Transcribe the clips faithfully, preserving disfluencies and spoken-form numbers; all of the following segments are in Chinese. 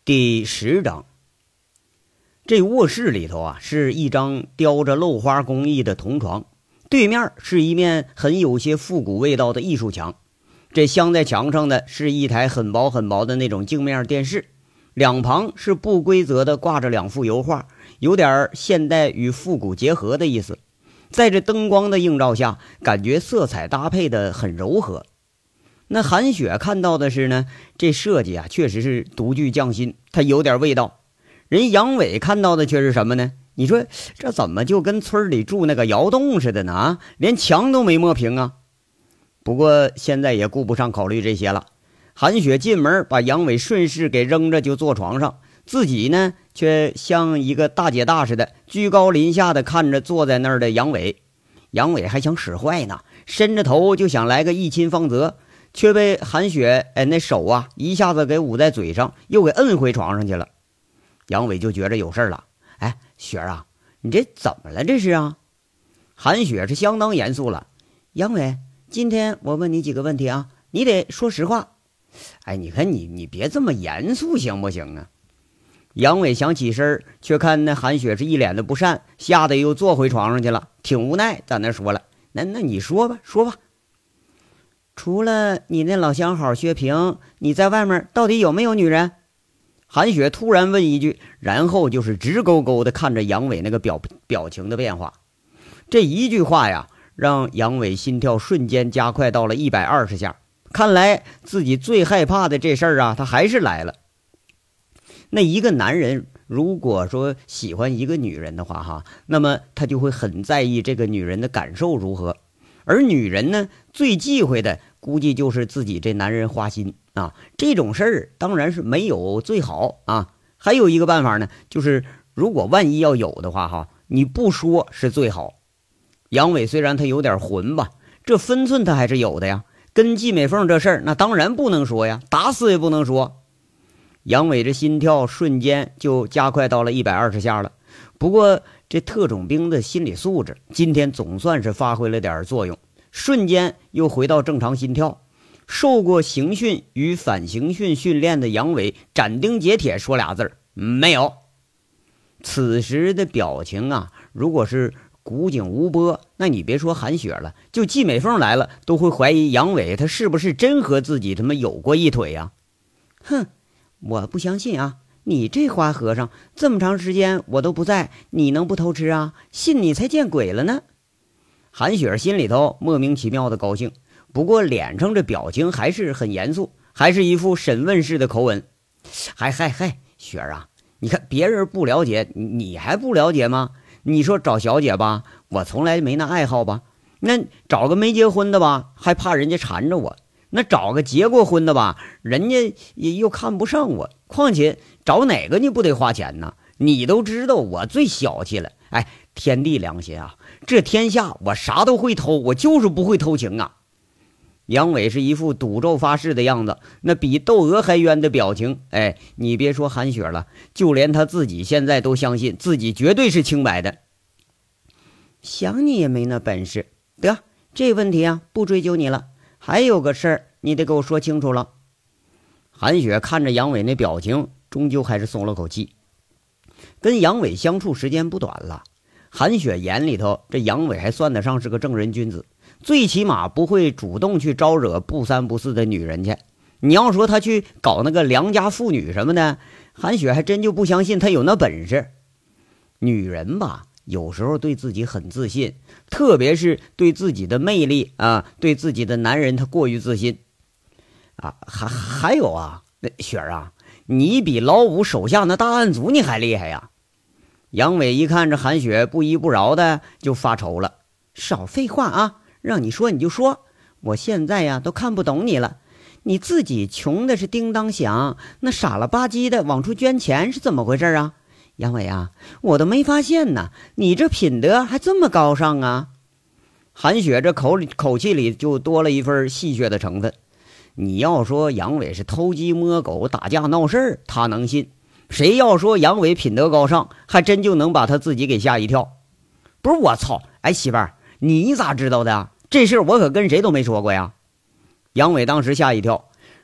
第十章。这卧室里头啊，是一张雕着镂花工艺的铜床，对面是一面很有些复古味道的艺术墙。这镶在墙上的是一台很薄很薄的那种镜面电视，两旁是不规则的挂着两幅油画，有点现代与复古结合的意思。在这灯光的映照下，感觉色彩搭配的很柔和。那韩雪看到的是呢，这设计啊确实是独具匠心，它有点味道。人杨伟看到的却是什么呢？你说这怎么就跟村里住那个窑洞似的呢？啊，连墙都没磨平啊！不过现在也顾不上考虑这些了。韩雪进门把杨伟顺势给扔着就坐床上，自己呢却像一个大姐大似的，居高临下的看着坐在那儿的杨伟。杨伟还想使坏呢，伸着头就想来个一亲芳泽，却被韩雪哎那手啊一下子给捂在嘴上，又给摁回床上去了。杨伟就觉着有事了。哎，雪儿啊，你这怎么了这是啊？韩雪是相当严肃了。杨伟，今天我问你几个问题啊，你得说实话。哎，你看你你别这么严肃行不行啊？杨伟想起身，却看那韩雪是一脸的不善，吓得又坐回床上去了，挺无奈，在那说了，那那你说吧说吧。除了你那老相好薛平，你在外面到底有没有女人？韩雪突然问一句，然后就是直勾勾的看着杨伟那个表表情的变化。这一句话呀，让杨伟心跳瞬间加快到了一百二十下。看来自己最害怕的这事儿啊，他还是来了。那一个男人如果说喜欢一个女人的话哈，那么他就会很在意这个女人的感受如何。而女人呢，最忌讳的估计就是自己这男人花心啊，这种事儿当然是没有最好啊。还有一个办法呢，就是如果万一要有的话哈，你不说是最好。杨伟虽然他有点混吧，这分寸他还是有的呀。跟季美凤这事儿，那当然不能说呀，打死也不能说。杨伟这心跳瞬间就加快到了一百二十下了。不过这特种兵的心理素质今天总算是发挥了点作用，瞬间又回到正常心跳。受过刑训与反刑训训练的杨伟斩钉截铁说俩字儿：没有。此时的表情啊，如果是古井无波，那你别说韩雪了，就季美凤来了都会怀疑杨伟他是不是真和自己他妈有过一腿呀、啊？哼，我不相信啊！你这花和尚这么长时间我都不在，你能不偷吃啊？信你才见鬼了呢！韩雪心里头莫名其妙的高兴，不过脸上这表情还是很严肃，还是一副审问式的口吻。嗨嗨嗨，雪儿啊，你看别人不了解，你还不了解吗？你说找小姐吧，我从来没那爱好吧，那找个没结婚的吧，还怕人家缠着我，那找个结过婚的吧，人家也又看不上我，况且找哪个你不得花钱呢？你都知道我最小气了。哎，天地良心啊，这天下我啥都会偷，我就是不会偷情啊。杨伟是一副赌咒发誓的样子，那比窦娥还冤的表情。哎，你别说韩雪了，就连他自己现在都相信自己绝对是清白的。想你也没那本事。得，这问题啊不追究你了，还有个事儿你得给我说清楚了。韩雪看着杨伟那表情，终究还是松了口气。跟杨伟相处时间不短了，韩雪眼里头这杨伟还算得上是个正人君子，最起码不会主动去招惹不三不四的女人去。你要说他去搞那个良家妇女什么的，韩雪还真就不相信他有那本事。女人吧，有时候对自己很自信，特别是对自己的魅力啊，对自己的男人她过于自信啊。还还有啊，那雪儿啊，你比老五手下那大案组你还厉害呀！杨伟一看这韩雪不依不饶的，就发愁了。少废话啊，让你说你就说，我现在呀都看不懂你了。你自己穷的是叮当响，那傻了吧唧的往出捐钱是怎么回事啊？杨伟啊，我都没发现呢，你这品德还这么高尚啊！韩雪这口里口气里就多了一份戏谑的成分。你要说杨伟是偷鸡摸狗打架闹事儿，他能信；谁要说杨伟品德高尚，还真就能把他自己给吓一跳。不是我操，哎媳妇儿，你咋知道的啊？这事儿我可跟谁都没说过呀。杨伟当时吓一跳，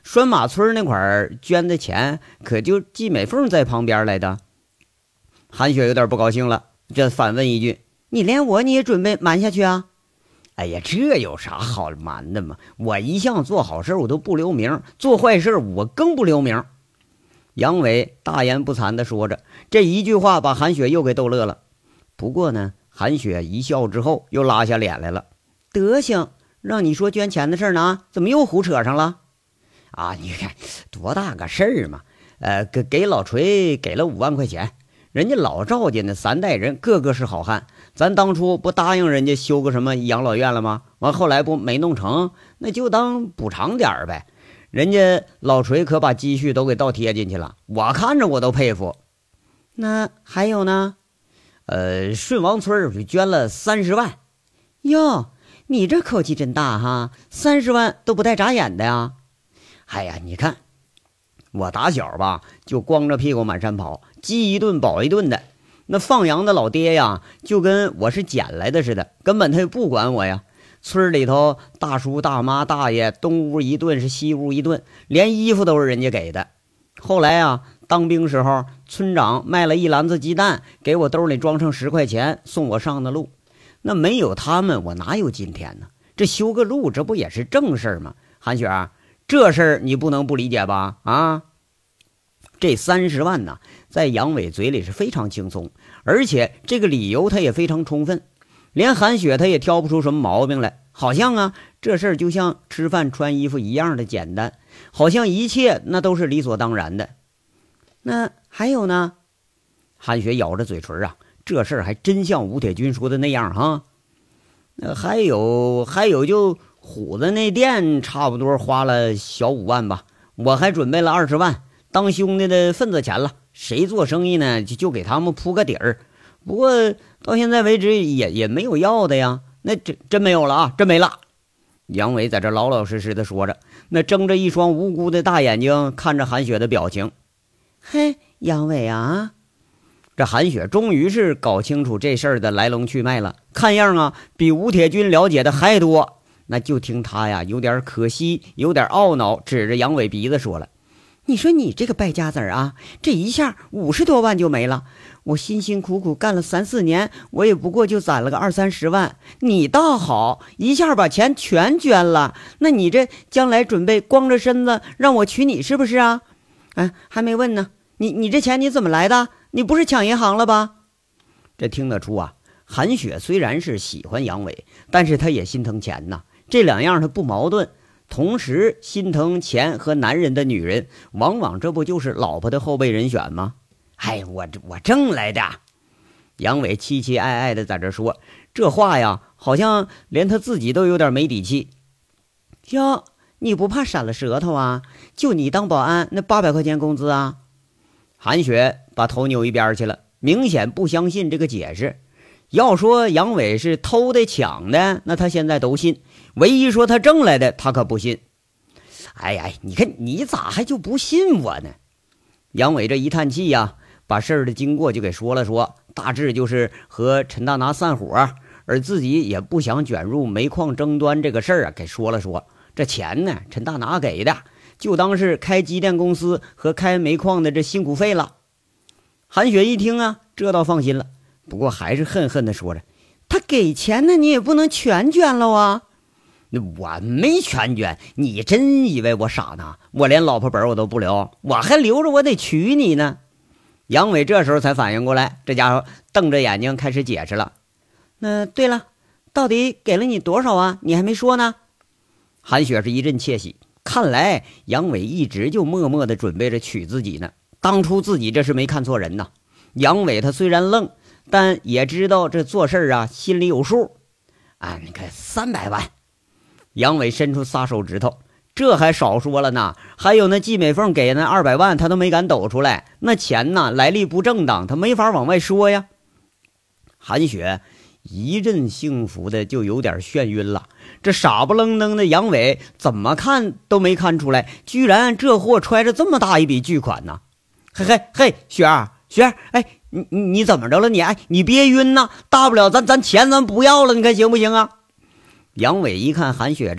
拴马村那块儿捐的钱可就季美凤在旁边来的。韩雪有点不高兴了，这反问一句：你连我你也准备瞒下去啊？哎呀，这有啥好瞒的嘛，我一向做好事我都不留名，做坏事我更不留名。杨伟大言不惭地说着，这一句话把韩雪又给逗乐了。不过呢，韩雪一笑之后又拉下脸来了。德行，让你说捐钱的事呢，怎么又胡扯上了？啊，你看多大个事儿嘛！呃，给给老锤给了五万块钱，人家老赵家那三代人个个是好汉，咱当初不答应人家修个什么养老院了吗？完后来不没弄成，那就当补偿点儿呗。人家老锤可把积蓄都给倒贴进去了，我看着我都佩服。那还有呢？呃，顺王村捐了三十万。哟，你这口气真大哈，三十万都不带眨眼的呀。哎呀，你看我打小吧就光着屁股满山跑，饥一顿饱一顿的，那放羊的老爹呀就跟我是捡来的似的，根本他也不管我呀。村里头大叔大妈大爷东屋一顿是西屋一顿，连衣服都是人家给的。后来啊当兵时候，村长卖了一篮子鸡蛋给我兜里装上十块钱送我上的路，那没有他们我哪有今天呢？这修个路这不也是正事吗？韩雪啊，这事儿你不能不理解吧？啊，这三十万呢在杨伟嘴里是非常轻松，而且这个理由他也非常充分，连韩雪他也挑不出什么毛病来，好像啊这事儿就像吃饭穿衣服一样的简单，好像一切那都是理所当然的。那还有呢？韩雪咬着嘴唇啊，这事儿还真像吴铁军说的那样哈。那还有还有就虎子那店差不多花了小五万吧，我还准备了二十万当兄弟的份子钱了，谁做生意呢就就给他们铺个底儿。不过到现在为止也也没有要的呀，那真真没有了啊，真没了。杨伟在这老老实实的说着，那睁着一双无辜的大眼睛看着韩雪的表情。嘿，杨伟啊，这韩雪终于是搞清楚这事儿的来龙去脉了，看样啊比吴铁军了解的还多。那就听他呀有点可惜有点懊恼，指着杨伟鼻子说了：你说你这个败家子儿啊，这一下五十多万就没了，我辛辛苦苦干了三四年，我也不过就攒了个二三十万，你倒好，一下把钱全捐了，那你这将来准备光着身子让我娶你是不是啊？哎，还没问呢，你你这钱你怎么来的？你不是抢银行了吧？这听得出啊，韩雪虽然是喜欢杨伟，但是她也心疼钱呐，这两样她不矛盾。同时心疼钱和男人的女人，往往这不就是老婆的后备人选吗？哎，我我挣来的。杨伟凄凄爱爱的在这说，这话呀好像连他自己都有点没底气。哟，你不怕闪了舌头啊？就你当保安那八百块钱工资啊？韩雪把头扭一边去了，明显不相信这个解释。要说杨伟是偷的抢的，那他现在都信，唯一说他挣来的他可不信。哎呀，你看你咋还就不信我呢？杨伟这一叹气呀，把事儿的经过就给说了说，大致就是和陈大拿散伙，而自己也不想卷入煤矿争端这个事儿啊，给说了说。这钱呢陈大拿给的，就当是开机电公司和开煤矿的这辛苦费了。韩雪一听啊，这倒放心了，不过还是恨恨地说着，他给钱呢你也不能全捐了啊。那我没全捐，你真以为我傻呢？我连老婆本我都不留，我还留着我得娶你呢。杨伟这时候才反应过来，这家伙瞪着眼睛开始解释了。那对了，到底给了你多少啊？你还没说呢。韩雪是一阵窃喜，看来杨伟一直就默默地准备着娶自己呢。当初自己这是没看错人呐。杨伟他虽然愣，但也知道这做事啊心里有数。啊，你看三百万。杨伟伸出仨手指头，这还少说了呢，还有那季美凤给那二百万他都没敢抖出来，那钱呢来历不正当，他没法往外说呀。韩雪一阵幸福的就有点眩晕了，这傻不愣登的杨伟怎么看都没看出来，居然这货揣着这么大一笔巨款呢。嘿嘿嘿，雪儿雪儿，哎，你你你怎么着了你？哎，你别晕呐，大不了咱咱钱咱不要了，你看行不行啊？杨伟一看韩雪这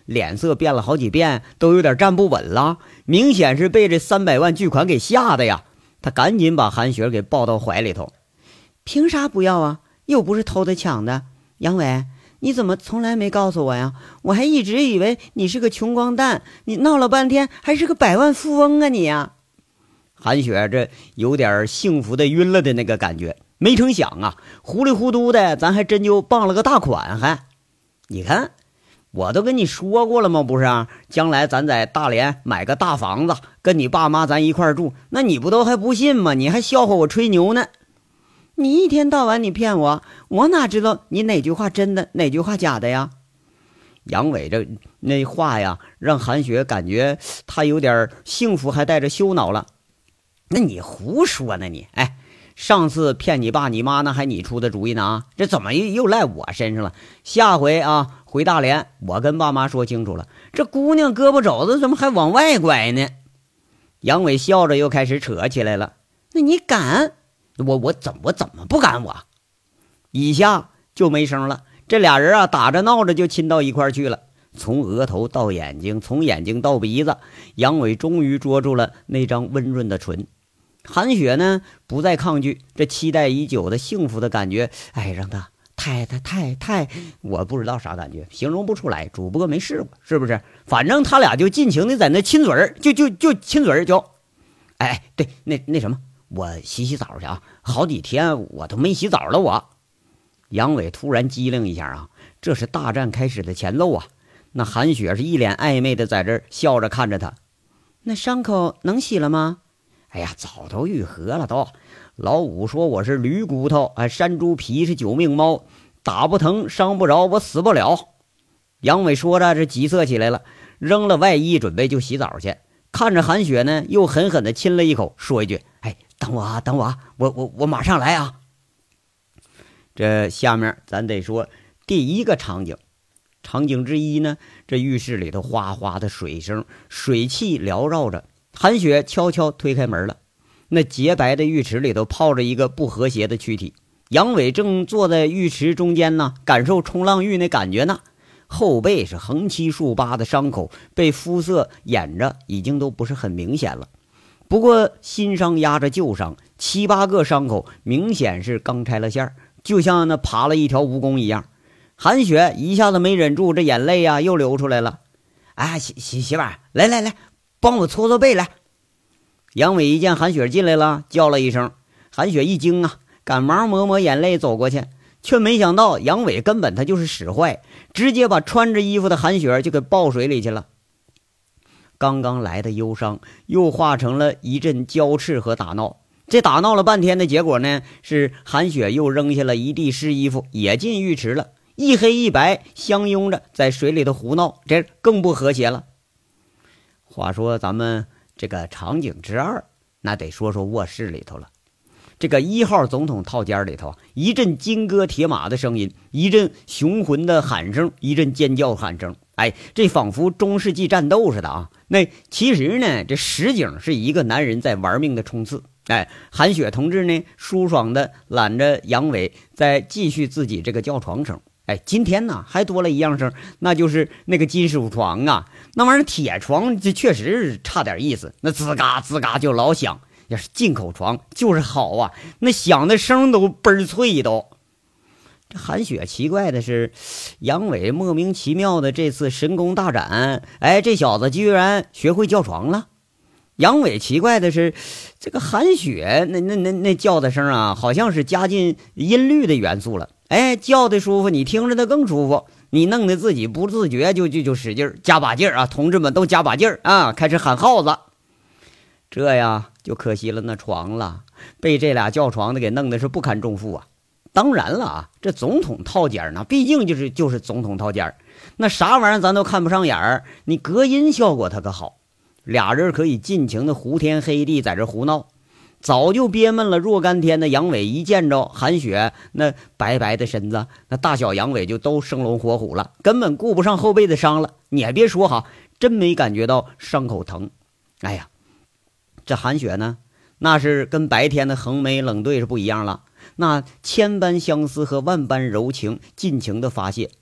脸色变了好几变，都有点站不稳了，明显是被这三百万巨款给吓的呀。他赶紧把韩雪给抱到怀里头。凭啥不要啊？又不是偷的抢的。杨伟，你怎么从来没告诉我呀？我还一直以为你是个穷光蛋，你闹了半天还是个百万富翁啊你呀！韩雪这有点幸福的晕了的那个感觉，没成想啊，糊里糊涂的咱还真就傍了个大款。还你看，我都跟你说过了吗？不是啊，将来咱在大连买个大房子，跟你爸妈咱一块住，那你不都还不信吗？你还笑话我吹牛呢。你一天到晚你骗我，我哪知道你哪句话真的哪句话假的呀？杨伟这那话呀，让韩雪感觉他有点幸福还带着羞恼了。那你胡说呢你？哎，上次骗你爸你妈那还你出的主意呢，这怎么又又赖我身上了？下回啊回大连，我跟爸妈说清楚了，这姑娘胳膊肘子怎么还往外拐呢？杨伟笑着又开始扯起来了。那你敢？我我怎么我怎么不敢我？以下就没声了。这俩人啊打着闹着就亲到一块去了，从额头到眼睛，从眼睛到鼻子，杨伟终于捉住了那张温润的唇。韩雪呢不再抗拒，这期待已久的幸福的感觉，哎，让他太太太太，我不知道啥感觉，形容不出来，主播没试过，是不是？反正他俩就尽情的在那亲嘴儿，就就就亲嘴儿就，哎，对，那那什么，我洗洗澡去啊，好几天我都没洗澡了我。杨伟突然机灵一下啊，这是大战开始的前奏啊。那韩雪是一脸暧昧的在这儿笑着看着他。那伤口能洗了吗？哎呀，早都愈合了都。老五说我是驴骨头，哎，山猪皮是九命猫，打不疼伤不着我死不了。杨伟说着这急色起来了，扔了外衣准备就洗澡去，看着韩雪呢又狠狠的亲了一口，说一句，哎，等我啊等我啊，我我我马上来啊。这下面咱得说第一个场景，场景之一呢，这浴室里头哗哗的水声，水汽缭绕着，韩雪悄悄推开门了。那洁白的浴池里头泡着一个不和谐的躯体，杨伟正坐在浴池中间呢，感受冲浪浴那感觉呢。后背是横七竖八的伤口，被肤色掩着，已经都不是很明显了。不过新伤压着旧伤，七八个伤口明显是刚拆了线，就像那爬了一条蜈蚣一样。韩雪一下子没忍住，这眼泪呀又流出来了。哎，媳媳媳妇儿，来来来，帮我搓搓背来。杨伟一见韩雪进来了，叫了一声。韩雪一惊啊，赶忙抹抹眼泪走过去，却没想到杨伟根本他就是使坏，直接把穿着衣服的韩雪就给抱水里去了。刚刚来的忧伤又化成了一阵娇斥和打闹。这打闹了半天的结果呢，是韩雪又扔下了一地湿衣服，也进浴池了，一黑一白相拥着在水里头胡闹，这更不和谐了。话说咱们这个场景之二，那得说说卧室里头了。这个一号总统套间里头，一阵金戈铁马的声音，一阵雄浑的喊声，一阵尖叫喊声，哎，这仿佛中世纪战斗似的啊。那其实呢，这实景是一个男人在玩命的冲刺。哎，韩雪同志呢，舒爽的揽着杨伟，在继续自己这个叫床声。哎，今天呢还多了一样声，那就是那个金属床啊，那玩意儿铁床这确实差点意思，那吱嘎吱嘎就老响。要是进口床就是好啊，那响的声都倍儿脆都。这韩雪奇怪的是，杨伟莫名其妙的这次神功大展，哎，这小子居然学会叫床了。杨伟奇怪的是，这个韩雪那那那那叫的声啊，好像是加进音律的元素了。哎，叫的舒服，你听着的更舒服，你弄得自己不自觉就就就使劲加把劲儿啊！同志们都加把劲儿啊，开始喊号子。这呀就可惜了那床了，被这俩叫床的给弄的是不堪重负啊。当然了啊，这总统套间呢，毕竟就是就是总统套间，那啥玩意儿咱都看不上眼儿，你隔音效果它可好，俩人可以尽情的胡天黑地在这胡闹。早就憋闷了若干天的杨伟一见着韩雪那白白的身子，那大小杨伟就都生龙活虎了，根本顾不上后背的伤了。你也别说哈，真没感觉到伤口疼。哎呀，这韩雪呢，那是跟白天的横眉冷对是不一样了，那千般相思和万般柔情尽情的发泄。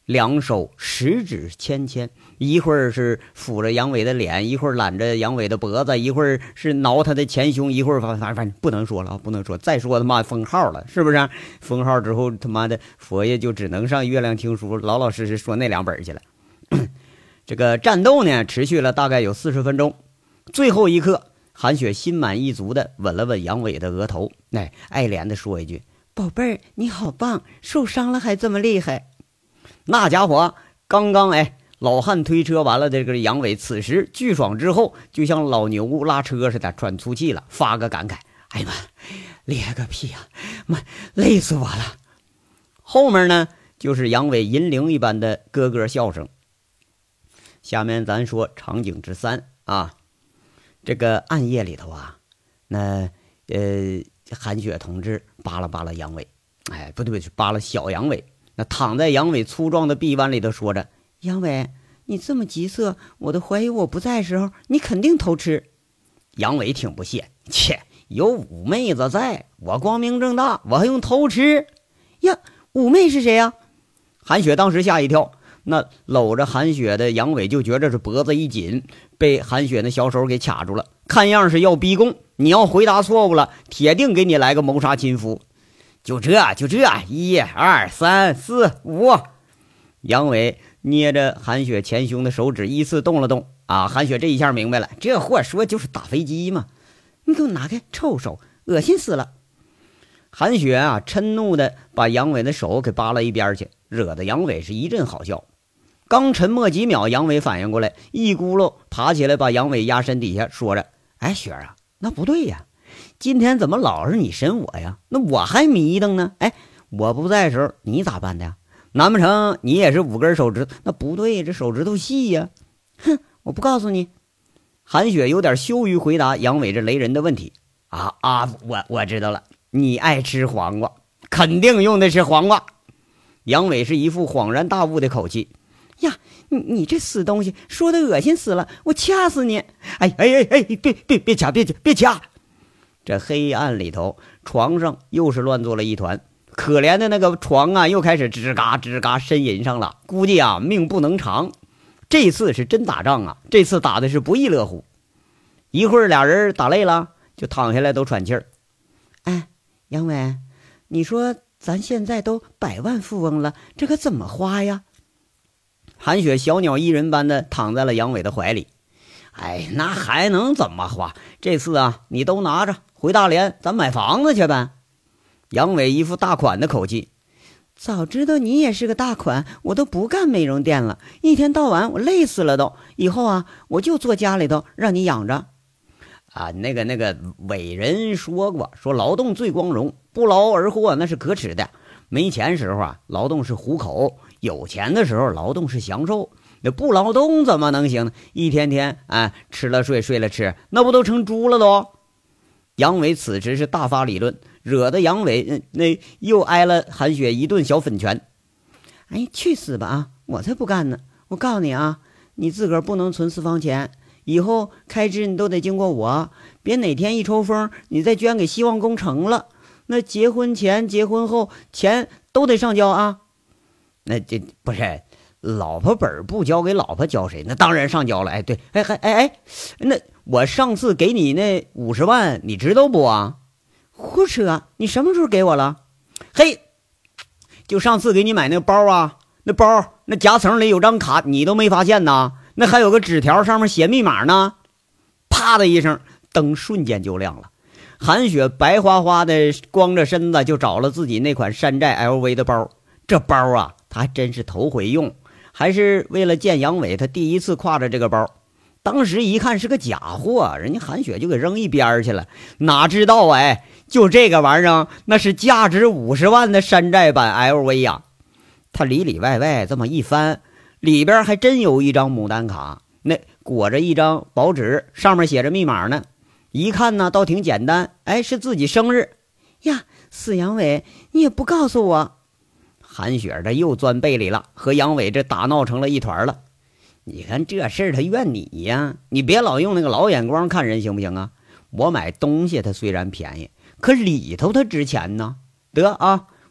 两手十指牵牵，一会儿是抚着杨伟的脸，一会儿揽着杨伟的脖子，一会儿是挠他的前胸，一会儿反反反正不能说了，不能说，再说他妈封号了，是不是？封号之后，他妈的佛爷就只能上月亮听书，老老实实说那两本去了。这个战斗呢，持续了大概有四十分钟，最后一刻，韩雪心满意足的吻了吻杨伟的额头，哎，爱怜的说一句：“宝贝儿，你好棒，受伤了还这么厉害。”那家伙刚刚哎，老汉推车完了，这个杨伟此时巨爽之后，就像老牛拉车似的喘粗气了，发个感慨：“哎呀妈，厉害个屁呀、啊！妈，累死我了。”后面呢，就是杨伟银铃一般的咯咯笑声。下面咱说场景之三啊，这个暗夜里头啊，那呃韩雪同志扒拉扒拉杨伟，哎，不对不对，扒拉小杨伟。那躺在杨伟粗壮的臂弯里头说着：“杨伟，你这么急色，我都怀疑我不在时候，你肯定偷吃。”杨伟挺不屑：“切，有五妹子在，我光明正大，我还用偷吃？呀，五妹是谁呀？”韩雪当时吓一跳，那搂着韩雪的杨伟就觉着是脖子一紧，被韩雪那小手给卡住了，看样是要逼供，你要回答错误了，铁定给你来个谋杀亲夫。就这就这，一二三四五。杨伟捏着韩雪前胸的手指依次动了动啊，韩雪这一下明白了，这货说就是打飞机嘛，你给我拿开，臭手，恶心死了。韩雪啊，嗔怒的把杨伟的手给扒了一边去，惹得杨伟是一阵好笑。刚沉默几秒，杨伟反应过来，一咕噜爬起来把杨伟压身底下，说着：“哎，雪啊，那不对呀，今天怎么老是你审我呀？那我还迷瞪呢。哎，我不在的时候你咋办的呀？难不成你也是五根手指头？那不对，这手指头细呀。哼，我不告诉你。”韩雪有点羞于回答杨伟这雷人的问题。啊啊，我我知道了，你爱吃黄瓜，肯定用的是黄瓜。杨伟是一副恍然大悟的口气。呀，你你这死东西，说的恶心死了，我掐死你！哎哎哎哎，别别别掐，别别掐！这黑暗里头，床上又是乱作了一团，可怜的那个床啊，又开始吱嘎吱嘎呻吟上了，估计啊命不能长。这次是真打仗啊，这次打的是不亦乐乎。一会儿俩人打累了，就躺下来都喘气儿。哎，杨伟，你说咱现在都百万富翁了，这可怎么花呀？韩雪小鸟依人般的躺在了杨伟的怀里。哎，那还能怎么花？这次啊，你都拿着回大连，咱买房子去呗。杨伟一副大款的口气。早知道你也是个大款，我都不干美容店了，一天到晚我累死了都。以后啊，我就坐家里头让你养着。啊，那个那个伟人说过，说劳动最光荣，不劳而获那是可耻的。没钱时候啊，劳动是糊口；有钱的时候，劳动是享受。那不劳动怎么能行呢？一天天啊，吃了睡，睡了吃，那不都成猪了都？杨伟此时是大发理论，惹得杨伟、嗯、那又挨了韩雪一顿小粉拳。哎，去死吧啊！我才不干呢！我告诉你啊，你自个儿不能存私房钱，以后开支你都得经过我，别哪天一抽风，你再捐给希望工程了。那结婚前、结婚后钱都得上交啊！那这不是老婆本不交给老婆交谁？那当然上交了。哎，对，哎还哎哎，那我上次给你那五十万，你知道不啊？胡扯！你什么时候给我了？嘿，就上次给你买那个包啊，那包那夹层里有张卡，你都没发现呢？那还有个纸条，上面写密码呢。啪的一声，灯瞬间就亮了。韩雪白花花的光着身子就找了自己那款山寨 L V 的包。这包啊，他还真是头回用，还是为了见杨伟，他第一次挎着这个包。当时一看是个假货，人家韩雪就给扔一边去了。哪知道哎，就这个玩意儿，那是价值五十万的山寨版 L V 呀。他里里外外这么一翻，里边还真有一张牡丹卡，那裹着一张薄纸，上面写着密码呢。一看呢，倒挺简单，哎，是自己生日呀！死杨伟，你也不告诉我。韩雪这又钻被里了，和杨伟这打闹成了一团了。你看这事儿他怨你呀，你别老用那个老眼光看人行不行啊？我买东西它虽然便宜，可里头它值钱呢。得啊，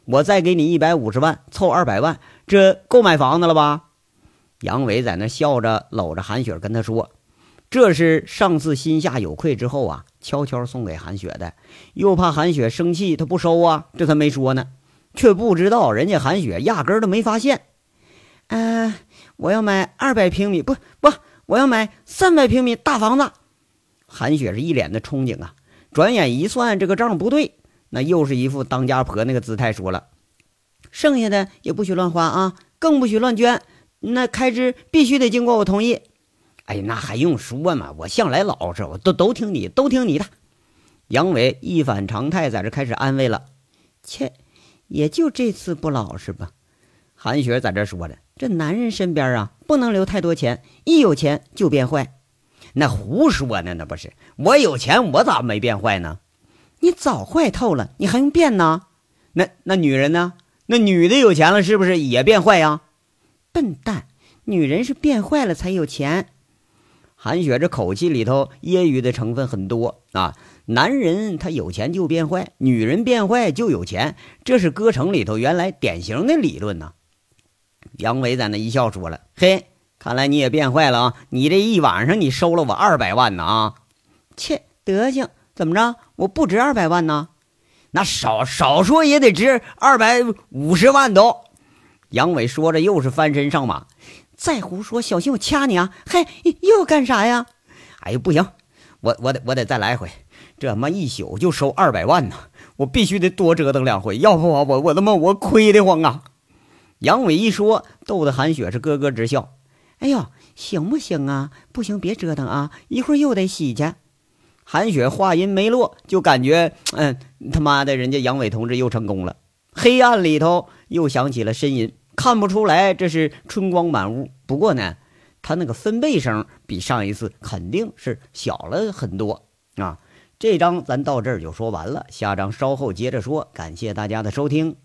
我再给你一百五十万，凑二百万，这够买房子了吧？杨伟在那笑着搂着韩雪跟他说，这是上次心下有愧之后啊，悄悄送给韩雪的，又怕韩雪生气他不收啊，这他没说呢，却不知道人家韩雪压根儿都没发现。呃，我要买二百平米，不不，我要买三百平米大房子。韩雪是一脸的憧憬啊，转眼一算这个账不对，那又是一副当家婆那个姿态，说了，剩下的也不许乱花啊，更不许乱捐，那开支必须得经过我同意。哎，那还用说嘛，我向来老实，我都都听你，都听你的。杨伟一反常态，在这开始安慰了，切，也就这次不老实吧。韩雪在这说着，这男人身边啊，不能留太多钱，一有钱就变坏。那胡说呢，那不是，我有钱我咋没变坏呢？你早坏透了，你还用变呢？那那女人呢？那女的有钱了是不是也变坏呀？笨蛋，女人是变坏了才有钱。韩雪这口气里头揶揄的成分很多啊，男人他有钱就变坏，女人变坏就有钱，这是歌城里头原来典型的理论呢。杨伟在那一笑说了，嘿，看来你也变坏了啊！你这一晚上你收了我二百万呢啊！切，德行，怎么着？我不值二百万呢？那少少说也得值二百五十万都。杨伟说着又是翻身上马，再胡说，小心我掐你啊！嘿，又干啥呀？哎呀，不行，我我得我得再来回，这他妈一宿就收二百万呢，我必须得多折腾两回，要不我我我他妈我亏得慌啊！杨伟一说，逗得韩雪是咯咯直笑。哎呦，行不行啊？不行别折腾啊，一会儿又得洗去。韩雪话音没落，就感觉嗯，他妈的，人家杨伟同志又成功了。黑暗里头又响起了呻吟，看不出来这是春光满屋，不过呢，他那个分贝声比上一次肯定是小了很多啊。这章咱到这儿就说完了，下章稍后接着说。感谢大家的收听。